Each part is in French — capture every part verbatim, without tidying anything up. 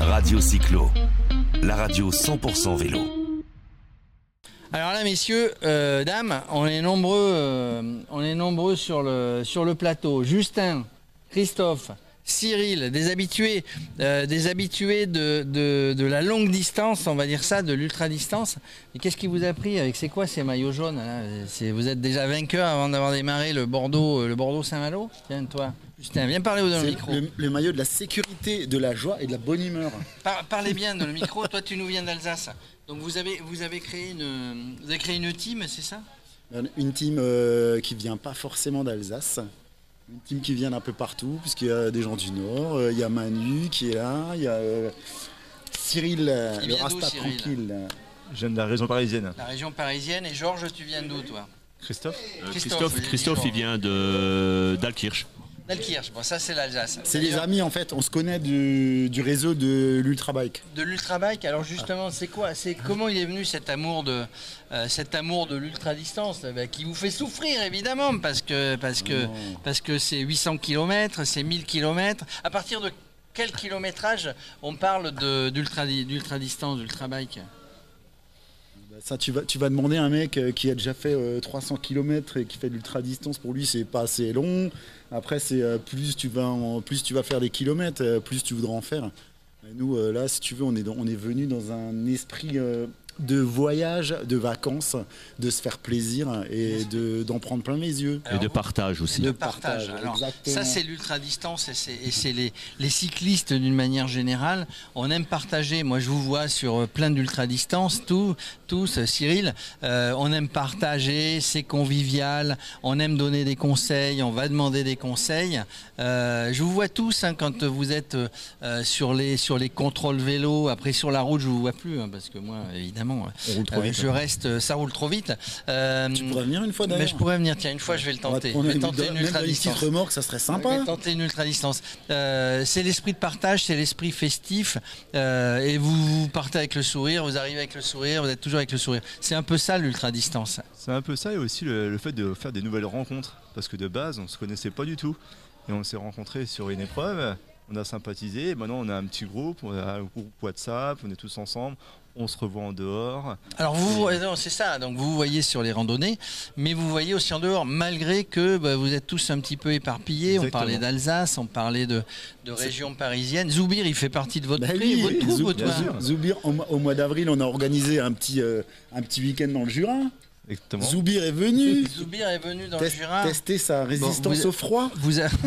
Radio Cyclo, la radio cent pour cent vélo. Alors là, messieurs, euh, dames, on est nombreux, euh, on est nombreux sur le, sur le plateau. Justin, Christophe, Cyril, des habitués, euh, des habitués de, de, de la longue distance, on va dire ça, de l'ultra-distance. Et qu'est-ce qui vous a pris avec, c'est quoi ces maillots jaunes là? C'est, vous êtes déjà vainqueur avant d'avoir démarré le Bordeaux, le Bordeaux-Saint-Malo? Tiens, toi, Justin, viens parler dans le micro. Le, le maillot de la sécurité, de la joie et de la bonne humeur. Par, parlez bien dans le micro. Toi, tu nous viens d'Alsace. Donc vous avez, vous avez créé une, vous avez créé une team, c'est ça? Une team euh, qui vient pas forcément d'Alsace. Une team qui vient d'un peu partout, puisqu'il y a des gens du Nord. Euh, il y a Manu qui est là. Il y a euh, Cyril, qui le Rasta Cyril tranquille. Je viens de la région parisienne. La région parisienne. Et Georges, tu viens d'où, toi? Christophe euh, Christophe, Christophe, Christophe il vient de d'Alkirch. D'Alkirch, bon ça c'est l'Alsace. C'est les amis en fait, on se connaît du, du réseau de l'Ultrabike. De l'Ultrabike, alors justement c'est quoi, c'est comment il est venu cet amour de euh, cet amour de l'ultra-distance bah, qui vous fait souffrir évidemment parce que parce que non. parce que c'est huit cents kilomètres, c'est mille kilomètres. À partir de quel kilométrage on parle de d'ultra d'ultra-distance, d'ultrabike? Ça, tu vas, tu vas demander à un mec qui a déjà fait euh, trois cents kilomètres et qui fait de l'ultra-distance, pour lui c'est pas assez long. Après c'est euh, plus tu vas en, plus tu vas faire des kilomètres, euh, plus tu voudras en faire. Et nous euh, là si tu veux on est, dans, on est venu dans un esprit euh, de voyage, de vacances, de se faire plaisir et de, d'en prendre plein les yeux. Alors, et de partage aussi. De partage. Alors, exactement. Ça c'est l'ultra-distance et c'est, et c'est les, les cyclistes d'une manière générale. On aime partager. Moi je vous vois sur plein d'ultra-distance, tous, tous, Cyril. Euh, on aime partager, c'est convivial. On aime donner des conseils, on va demander des conseils. Euh, je vous vois tous hein, quand vous êtes euh, sur, les, sur les contrôles vélo. Après sur la route je vous vois plus hein, parce que moi évidemment On roule trop euh, vite, je hein. reste, ça roule trop vite. Euh, Tu pourrais venir une fois d'ailleurs. Mais je pourrais venir, tiens, une fois je vais le tenter. Je vais tenter une ultra-distance. remorque, ça serait sympa. Je vais tenter une ultra-distance. Euh, c'est l'esprit de partage, c'est l'esprit festif. Euh, et vous, vous partez avec le sourire, vous arrivez avec le sourire, vous êtes toujours avec le sourire. C'est un peu ça l'ultra-distance. C'est un peu ça et aussi le, le fait de faire des nouvelles rencontres. Parce que de base, on ne se connaissait pas du tout. Et on s'est rencontrés sur une épreuve, on a sympathisé. Et maintenant, on a un petit groupe, on a un groupe WhatsApp, on est tous ensemble. On se revoit en dehors. Alors vous, non, c'est ça, donc vous voyez sur les randonnées, mais vous voyez aussi en dehors, malgré que bah, vous êtes tous un petit peu éparpillés. Exactement. On parlait d'Alsace, on parlait de, de région parisienne. Zoubir, il fait partie de votre, bah prix, oui, votre troupe, Zoub, toi. Zoubir, au, au mois d'avril, on a organisé un petit, euh, un petit week-end dans le Jura. Exactement. Zoubir est venu. Zoubir est venu dans Test, le Jura. Tester sa résistance bon, vous, au froid. Vous, a...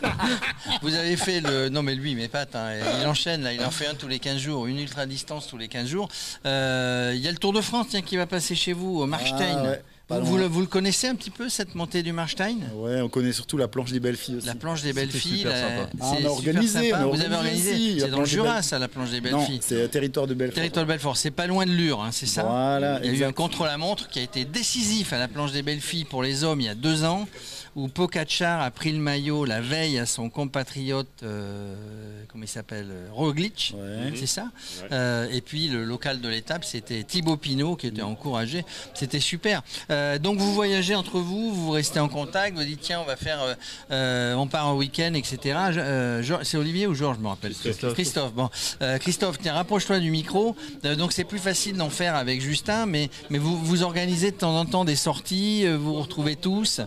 vous avez fait le... Non mais lui, mais pas, hein, il enchaîne, là, il en fait un tous les quinze jours, une ultra-distance tous les quinze jours. Euh, il y a le Tour de France tiens, qui va passer chez vous, au Marstein. Ah, ouais. Vous, vous, le, vous le connaissez un petit peu cette montée du Marstein? Ouais, on connaît surtout la planche des belles filles aussi. La planche des belles filles, la... ah, on a organisé, on a vous avez organisé. Aussi, c'est dans le Jura, belle... ça, la planche des belles non, filles. C'est territoire de Belfort. Territoire de Belfort, c'est pas loin de Lure, hein, c'est ça. Voilà. Il y a exact. eu un contre-la-montre qui a été décisif à la planche des belles filles pour les hommes il y a deux ans, où Pogačar a pris le maillot la veille à son compatriote, euh, comment il s'appelle, Roglic, ouais. c'est ça. Ouais. Euh, et puis le local de l'étape, c'était Thibaut Pinot qui était encouragé. C'était super. Euh, donc vous voyez entre vous, vous restez en contact, vous dites tiens on va faire, euh, on part en week-end, et cetera. Euh, c'est Olivier ou Georges, je me rappelle. Christophe. Christophe. Bon, euh, Christophe, tiens rapproche-toi du micro. Euh, donc c'est plus facile d'en faire avec Justin, mais mais vous vous organisez de temps en temps des sorties, vous vous retrouvez tous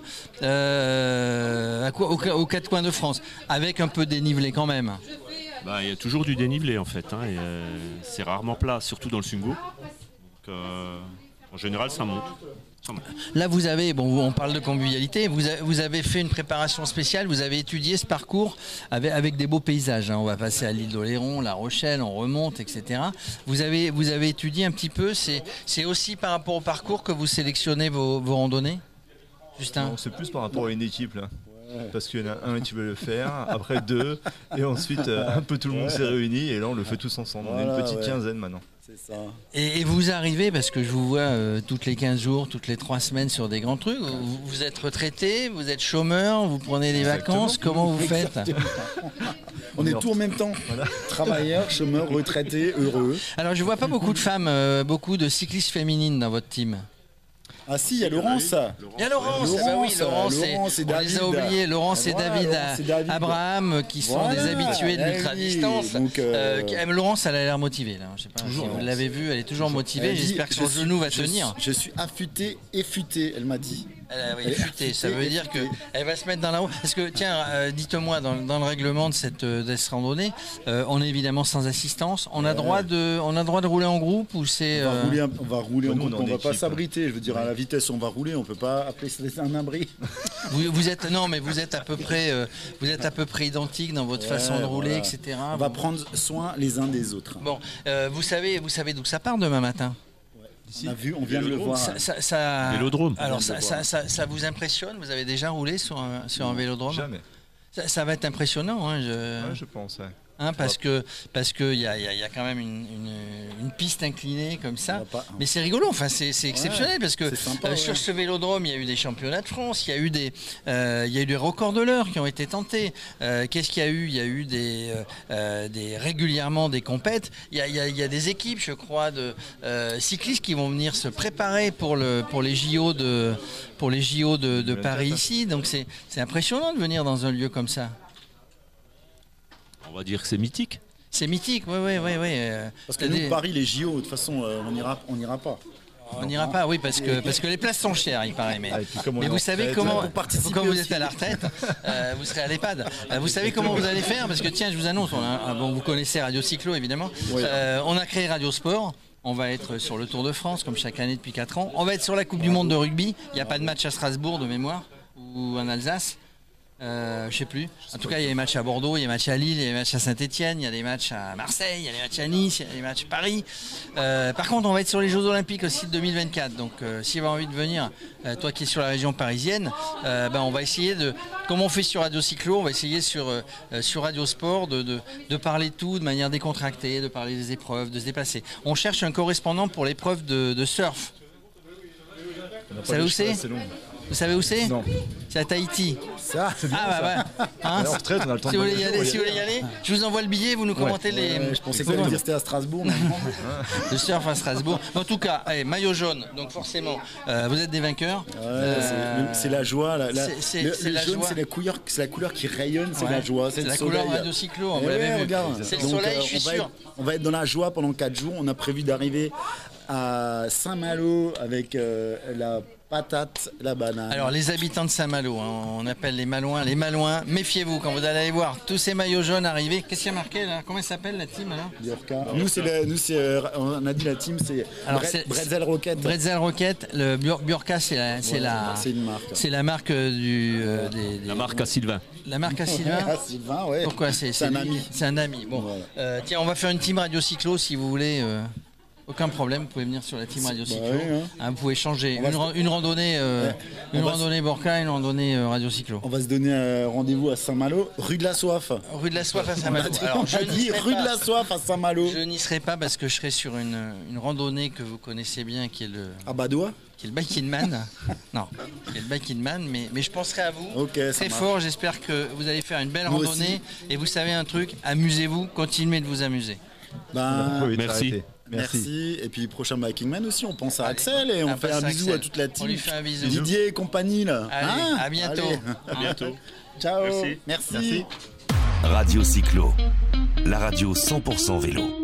euh, à quoi, aux, aux quatre coins de France, avec un peu dénivelé quand même. Bah, il y a toujours du dénivelé en fait, hein, et, euh, c'est rarement plat, surtout dans le Sungo. Donc, euh, en général ça monte. Là, vous avez, bon, on parle de convivialité, vous avez, vous avez fait une préparation spéciale, vous avez étudié ce parcours avec, avec des beaux paysages. Hein. On va passer à l'île d'Oléron, La Rochelle, on remonte, et cetera. Vous avez, vous avez étudié un petit peu, c'est, c'est aussi par rapport au parcours que vous sélectionnez vos, vos randonnées, Justin? Non, c'est plus par rapport à une équipe là. Parce qu'il y en a un qui veut le faire, après deux, et ensuite euh, un peu tout le monde s'est réuni, et là on le fait tous ensemble. On est une petite ouais. quinzaine maintenant. C'est ça. Et, et vous arrivez, parce que je vous vois euh, toutes les quinze jours, toutes les trois semaines sur des grands trucs, vous, vous êtes retraité, vous êtes chômeur, vous prenez des Exactement. vacances, comment vous faites? On est tout en même temps, voilà. Travailleurs, chômeurs, retraités, heureux. Alors je vois pas beaucoup de femmes, euh, beaucoup de cyclistes féminines dans votre team. Ah si, il y a Laurence. Il y a Laurence, ah bah oui, Laurence, Laurence et et, on David. les a oubliés, Laurence et Voilà, David, Laurence et David. Abraham, qui sont Voilà, des habitués de eh l'ultra-distance. oui, donc, euh, Euh, qui- euh, Laurence, elle a l'air motivée, là. Je sais pas Toujours, si vous Laurence. l'avez vue, elle est toujours motivée. Elle dit, J'espère que je son suis- genou va je tenir. suis- Je suis affûté et futé, elle m'a dit. Elle, a- oui, Elle est futé, ça affûtée veut et dire futée. qu'elle va se mettre dans la roue. Parce que, tiens, euh, dites-moi, dans, dans le règlement de cette, euh, de cette randonnée, euh, on est évidemment sans assistance. On a, Ouais. droit de, on a droit de rouler en groupe ou c'est. On va euh, rouler, un- on va rouler Bah, en nous, on groupe, est on en va pas équipe. s'abriter. Je veux dire, à la vitesse, on va rouler, on peut pas appeler ça un abri. vous, vous êtes, non, mais vous êtes à peu près, euh, vous êtes à peu près identiques dans votre Ouais, façon de rouler, voilà. et cetera. On va Vous- prendre soin les uns des autres. Bon, euh, vous savez, vous savez d'où ça part demain matin. On a vu, on vient de le voir. Ça, ça- ça- Vélodrome. Alors On vient ça, de le ça, voir. ça- ça vous impressionne? Vous avez déjà roulé sur un, sur un vélodrome? Jamais. Ça, ça va être impressionnant, hein, je- Ouais, je pense. ouais. hein, parce que parce que il y a, il y a- il y a quand même une, une- une piste inclinée comme On ça. va pas- Mais c'est rigolo, enfin c'est c'est exceptionnel parce que c'est sympa, euh, ouais. sur ce vélodrome, il y a eu des championnats de France, il y a eu des euh, il y a eu des records de l'heure qui ont été tentés. Euh, Qu'est-ce qu'il y a eu? Il y a eu des, euh, euh, des régulièrement des compètes. Il y a, il y a- il y a des équipes, je crois, de euh, cyclistes qui vont venir se préparer pour le pour les J O de pour les J O de, de Paris ici. Donc c'est c'est impressionnant de venir dans un lieu comme ça. On va dire que c'est mythique. C'est mythique, oui, oui, oui, oui. Parce que nous, Paris, les J O, de toute façon, euh, on n'ira on n'ira pas. On n'ira pas, oui, parce que, parce que les places sont chères, il paraît. Mais, Ah, et puis comme on mais est vous en savez retraite, comment, pour participer quand vous aussi. êtes à la retraite, euh, vous serez à l'EHPAD. Euh, vous savez comment vous allez faire? Parce que tiens, je vous annonce, on a- ah, bon, vous connaissez Radio Cyclo, évidemment. Oui. Euh, on a créé Radio Sport. On va être sur le Tour de France, comme chaque année depuis quatre ans. On va être sur la Coupe du Monde de rugby. Il n'y a pas de match à Strasbourg de mémoire, ou en Alsace. Euh, je sais plus. En tout cas, il y a des matchs à Bordeaux, il y a des matchs à Lille, il y a des matchs à Saint-Etienne, il y a des matchs à Marseille, il y a des matchs à Nice, il y a des matchs à Paris. Euh, par contre, on va être sur les Jeux Olympiques aussi de deux mille vingt-quatre. Donc, euh, si vous avez envie de venir, euh, toi qui es sur la région parisienne, euh, ben, on va essayer de, comme on fait sur Radio Cyclo, on va essayer sur, euh, sur Radio Sport de, de, de parler de tout de manière décontractée, de parler des épreuves, de se déplacer. On cherche un correspondant pour l'épreuve de, de surf. On n'a pas savez les où cheveux c'est assez longs. Vous savez où c'est? Non. C'est à Tahiti. Ça, c'est bien, Ah bah ça. ouais. Hein, En retraite, on a le temps si de vous voulez y voyager, aller, on si vous voulez y aller, je vous envoie le billet, vous nous commentez les, Ouais, je pensais que vous- ça allait dire c'était à Strasbourg. mais non. le surf à Strasbourg. En tout cas, allez, maillot jaune, donc forcément, euh, vous êtes des vainqueurs. Ouais, Euh, c'est- c'est la joie. La, la- c'est- c'est- le c'est le la jaune, joie. c'est la couleur, c'est la couleur qui rayonne, c'est Ouais. la joie, C'est c'est la le couleur soleil. Radio Cyclo, on Eh l'avait ouais, vu. regarde. C'est le Donc, soleil, euh, je suis on va sûr. être- on va être dans la joie pendant quatre jours. On a prévu d'arriver à Saint-Malo avec euh, la patate, la banane. Alors les habitants de Saint-Malo, hein, on appelle les Malouins, les Malouins, méfiez-vous quand vous allez aller voir tous ces maillots jaunes arriver. Qu'est-ce qu'il y a marqué là? Comment elle s'appelle la team alors? Biorka. Nous, c'est la- nous, c'est, euh, on a dit la team, c'est Alors, Bre- c'est- Bretzel Rocket. Bretzel Rocket, le Bur- Burka, c'est la, c'est la, C'est une marque. c'est la marque du, euh, des, des- La marque à Sylvain. la marque à Sylvain. Ah, Sylvain, ouais. Pourquoi c'est C'est un lui ami. C'est un ami. Bon, Voilà. Euh, tiens, on va faire une team Radio Cyclo si vous voulez. euh, aucun problème, vous pouvez venir sur la team Radio Bah Cyclo. oui, hein. Hein, vous pouvez changer On va une, se- ran- une randonnée, euh, Ouais. une On va randonnée Borca, une randonnée euh, Radio Cyclo. On va se donner un rendez-vous à Saint-Malo, rue de la Soif. Rue de la Soif à On a Saint-Malo. dit, Alors, on je a n'y dit serai rue pas. de la Soif à Saint-Malo. Je n'y serai pas parce que je serai sur une, une randonnée que vous connaissez bien, qui est le, À Badois. qui est le Biking Man. Non, qui est le Biking Man, mais, mais je penserai à vous. Ok, ça Très marche. fort, j'espère que vous allez faire une belle Nous randonnée. aussi. Et vous savez un truc, amusez-vous, continuez de vous amuser. Ben, Faut vite Merci. arrêter. merci. Et puis prochain Biking Man aussi, on pense à Allez. Axel et on Ah, fait passe un à bisou Axel. à toute la On team. lui fait un bisou. Didier et compagnie là. Allez, Hein à bientôt. Allez. À bientôt. Ciao. Merci. Merci. Merci. Radio Cyclo, la radio cent pour cent vélo.